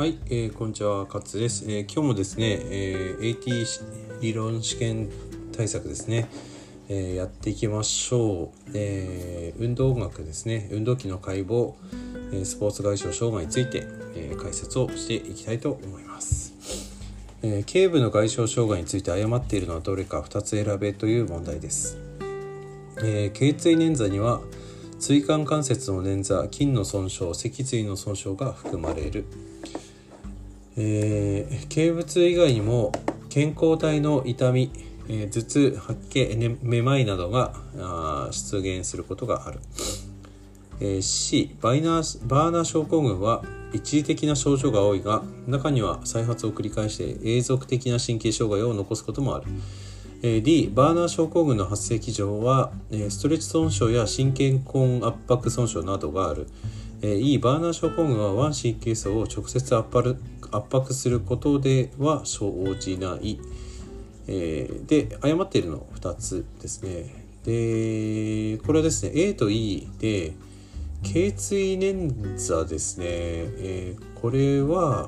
はい、こんにちは、勝です。今日もですね、AT 理論試験対策ですね、やっていきましょう。運動学ですね、運動器の解剖、スポーツ外傷障害について、解説をしていきたいと思います。頸部の外傷障害について誤っているのはどれか2つ選べという問題です。頸椎捻挫には椎間関節の捻挫、筋の損傷、脊髄の損傷が含まれる。頸部痛以外にも健康体の痛み、頭痛、吐き気、めまいなどが出現することがある。C、バーナー症候群は一時的な症状が多いが、中には再発を繰り返して永続的な神経障害を残すこともある。D、バーナー症候群の発生基準はストレッチ損傷や神経根圧迫損傷などがある。E、バーナー症候群は腕神経層を直接圧迫することでは生じない。で、誤っているの2つですね。で、これはですね、A と E で、頸椎捻挫ですね。これは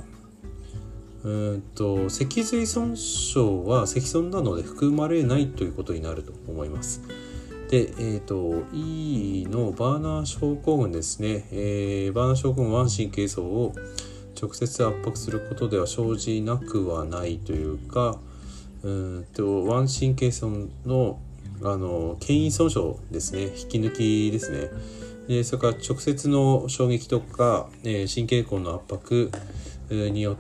脊髄損傷は積損なので含まれないということになると思います。で、E のバーナー症候群ですね。バーナー症候群は腕神経層を直接圧迫することでは生じなくはないというか、腕神経層の牽引損傷ですね、引き抜きですね。でそれから直接の衝撃とか、神経根の圧迫によって、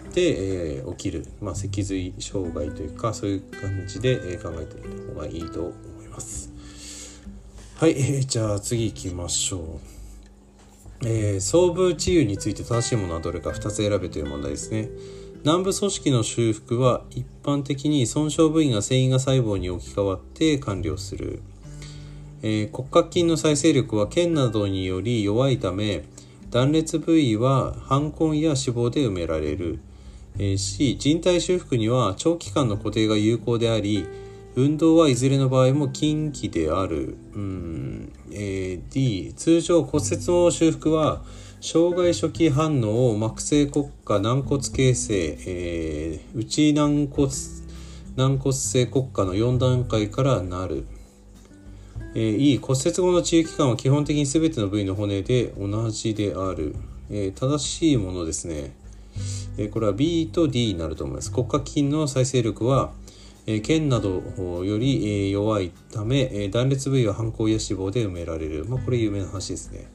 起きる、脊髄障害というか、そういう感じで、考えている方がいいと思います。はい、じゃあ次行きましょう。創部治癒について正しいものはどれか2つ選べという問題ですね。軟部組織の修復は一般的に損傷部位が線維芽細胞に置き換わって完了する。骨格筋の再生力は腱などにより弱いため、断裂部位は斑根や脂肪で埋められる。C、靭帯修復には長期間の固定が有効であり、運動はいずれの場合も禁忌である。D、通常骨折の修復は障害初期反応を膜性骨化、軟骨形成、内軟骨性骨化の4段階からなる。E、骨折後の治癒期間は基本的に全ての部位の骨で同じである。正しいものですね。これは B と D になると思います。骨格筋の再生力は腱などより弱いため、断裂部位は斑根や脂肪で埋められる。これ有名な話ですね。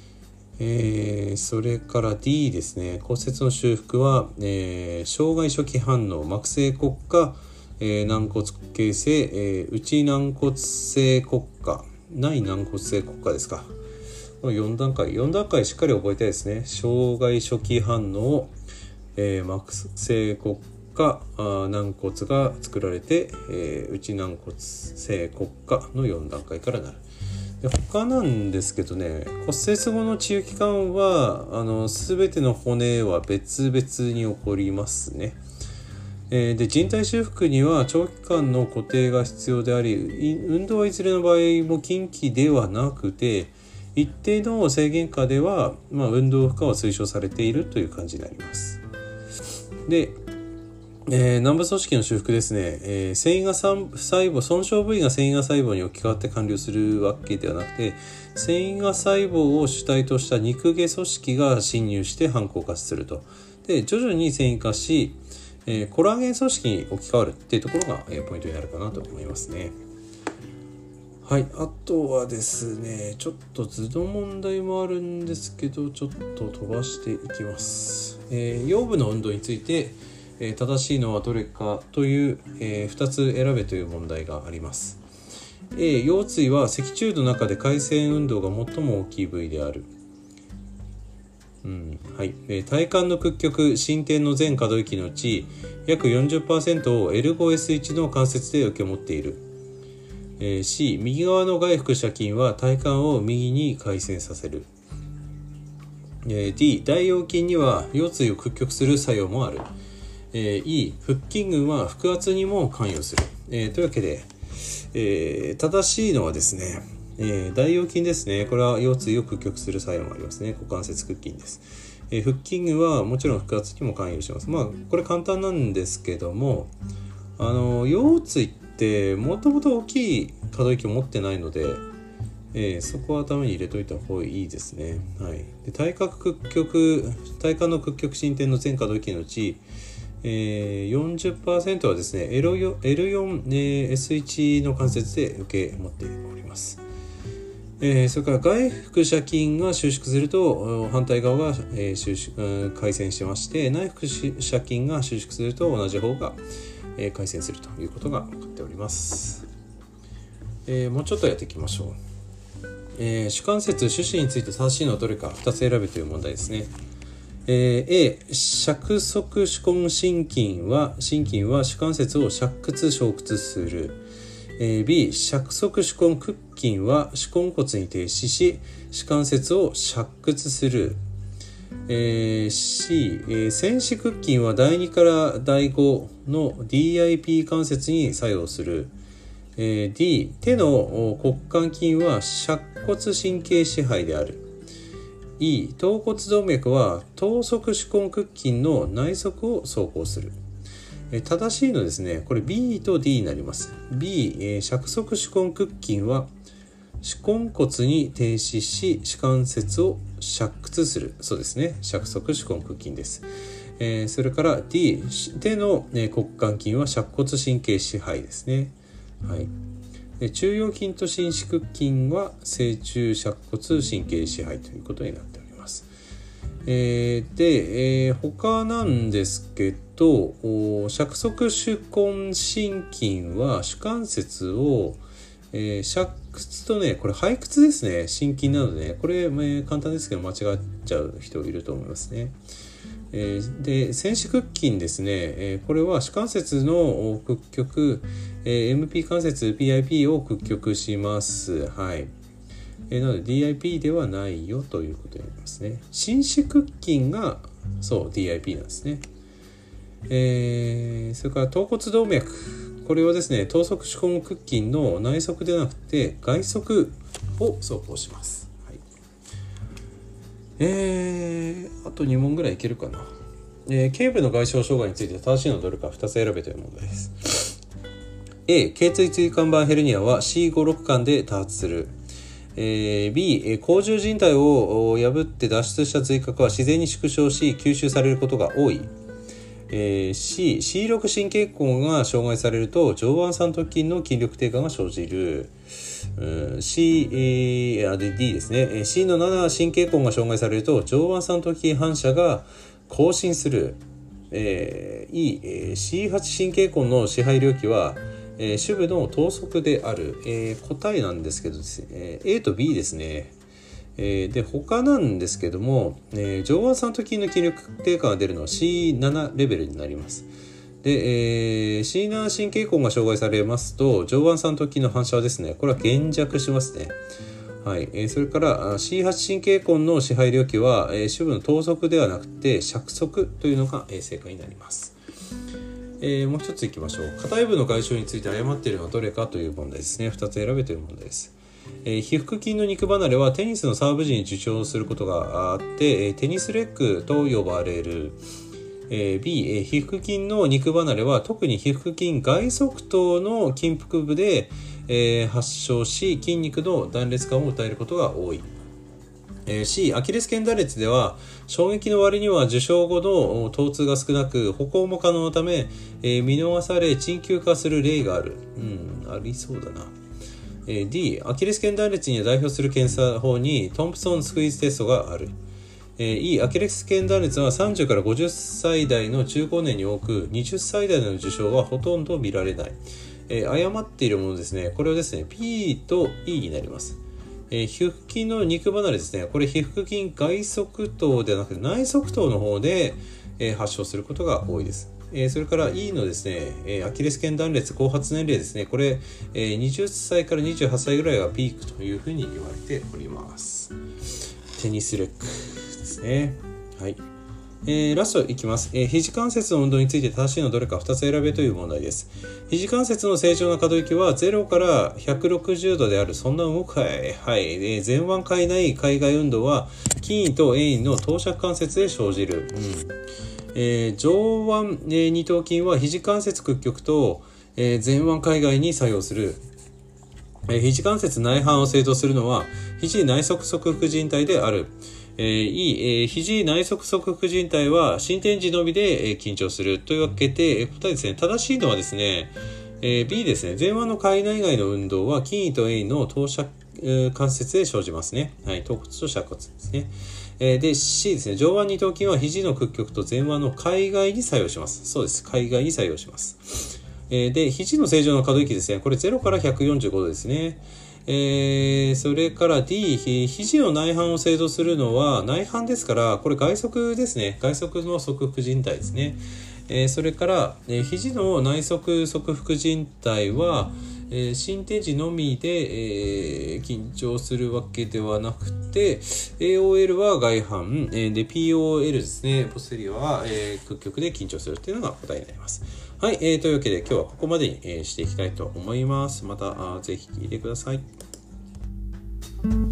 それから D ですね。骨折の修復は、障害初期反応、膜性骨化、軟骨形成、内軟骨性骨化、内軟骨性骨化ですか。この4段階しっかり覚えたいですね。障害初期反応、膜性骨化、軟骨が作られて、内軟骨性骨化の4段階からなる。で、他なんですけどね、骨折後の治癒期間は全ての骨は別々に起こりますね。で、靭帯修復には長期間の固定が必要であり、運動はいずれの場合も禁忌ではなくて、一定の制限下では、運動負荷は推奨されているという感じになります。で、軟部組織の修復ですね。繊維芽細胞、損傷部位が繊維芽細胞に置き換わって完了するわけではなくて、繊維芽細胞を主体とした肉毛組織が侵入して反抗化すると。で、徐々に繊維化し、コラーゲン組織に置き換わるっていうところが、ポイントになるかなと思いますね。はい、あとはですね、ちょっと図の問題もあるんですけど、ちょっと飛ばしていきます。腰部の運動について、正しいのはどれかという、2つ選べという問題があります。A、腰椎は脊柱の中で回旋運動が最も大きい部位である。はい。体幹の屈曲、伸展の全可動域のうち約 40% を L5S1 の関節で受け持っている。C、右側の外腹斜筋は体幹を右に回旋させる。D、大腰筋には腰椎を屈曲する作用もある。E、腹筋群は腹圧にも関与する。というわけで、正しいのはですね、大腰筋ですね。これは腰椎を屈曲する作用もありますね。股関節屈筋です。 腹筋はもちろん腹圧にも関与します。これ簡単なんですけども、腰椎ってもともと大きい可動域を持ってないので、そこは頭に入れといた方がいいですね。はい、で体幹の屈曲伸展の全可動域のうち、40% はですね L4、S1 の関節で受け持っております。それから外腹斜筋が収縮すると反対側が、回旋しまして、内腹斜筋が収縮すると同じ方が、回旋するということが分かっております。もうちょっとやっていきましょう。主関節主枝について正しいのはどれか2つ選べという問題ですね。A、尺側手根伸筋は主関節を尺屈小屈する。B、尺側手根屈筋は手根骨に停止し主関節を尺屈する。C、線子屈筋は第2から第5の DIP 関節に作用する。D、手の骨幹筋は尺骨神経支配である。E、頭骨動脈は頭側手根屈筋の内側を走行する。正しいのですね、これ B と D になります。B、尺側手根屈筋は手根骨に停止し主関節を尺屈する。そうですね、尺側手根屈筋です。それから D、手の骨幹筋は尺骨神経支配ですね。はい。中腰筋と伸縮筋は正中尺骨神経支配ということになっております。他なんですけど、尺側手根伸筋は主関節を、尺屈とね、これ背屈ですね、伸筋なのでね、これ、簡単ですけど間違っちゃう人いると思いますね。で線子屈筋ですね、これは主関節の屈曲、MP 関節 PIP を屈曲します。はい。なので DIP ではないよということになりますね。伸子屈筋がそう DIP なんですね。それから頭骨動脈、これはですね頭側手根屈筋の内側でなくて外側を走行します。はい、あと2問ぐらいいけるかな。頸部の外傷障害について正しいのはどれか2つ選べという問題です。A、頸椎椎間板ヘルニアは C5,6 間で多発する。B、甲状靭帯を破って脱出した髄核は自然に縮小し吸収されることが多い。C、C6 神経根が障害されると上腕三頭筋の筋力低下が生じる。C、D ですね。C の7神経根が障害されると上腕三頭筋反射が更新する。E、C8 神経根の支配領域は主部の頭側である。答えなんですけどですね、A と B ですね。で他なんですけども、上腕三頭筋の筋力低下が出るのは C7 レベルになります。で、C7 神経根が障害されますと上腕三頭筋の反射はですね、これは減弱しますね。はい。それから C8 神経根の支配領域は主部の頭側ではなくて尺側というのが正解になります。もう一ついきましょう。片部の外傷について誤っているのはどれかという問題ですね。2つ選べという問題です。腓腹筋の肉離れはテニスのサーブ時に受傷することがあってテニスレッグと呼ばれる。B、腓腹筋の肉離れは特に腓腹筋外側頭の筋腹部で、発症し筋肉の断裂感を訴えることが多い。C、アキレス腱断裂では衝撃の割には受傷後の疼痛が少なく歩行も可能のため、見逃され鎮急化する例がある。ありそうだな。D、アキレス腱断裂に代表する検査法にトンプソンスクイーズテストがある。E、アキレス腱断裂は30から50歳代の中高年に多く20歳代の受傷はほとんど見られない。誤っているものですね。これはですね P と E になります。腓腹筋の肉離れですね。これ腓腹筋外側頭ではなくて内側頭の方で、発症することが多いです。それから E のですね、アキレス腱断裂後発年齢ですね。これ、20歳から28歳ぐらいがピークというふうに言われております。テニスレッグですね。はい。 ラストいきます。肘関節の運動について正しいのどれか2つ選べという問題です。肘関節の正常な可動域は0から160度である。そんな動くかい。はい。前腕界内海外運動は筋位と遠位の等尺関節で生じる。上腕、二頭筋は肘関節屈曲と、前腕界外に作用する。肘関節内反を正当するのは肘内側側副靭帯である。肘内側側副靭帯は伸展時のみで、緊張するというわけで、答えですね。正しいのはですね、B ですね。前腕の界内外の運動は筋位と遠位の等尺関節で生じますね。はい、頭骨と尺骨ですね。で C ですね。上腕二頭筋は肘の屈曲と前腕の界外に作用します。そうです。界外に作用します。で肘の正常な可動域ですね。これ0から145度ですね。それから D、肘の内反を正当するのは内反ですから、これ外側ですね。外側の側副靭帯ですね。それから、肘の内側側副靭帯は、伸展時のみで、緊張するわけではなくて AOL は外反、で POL ですね、ポステリアは、屈曲で緊張するというのが答えになります。はい、というわけで今日はここまでに、していきたいと思います。またぜひ聞いてください。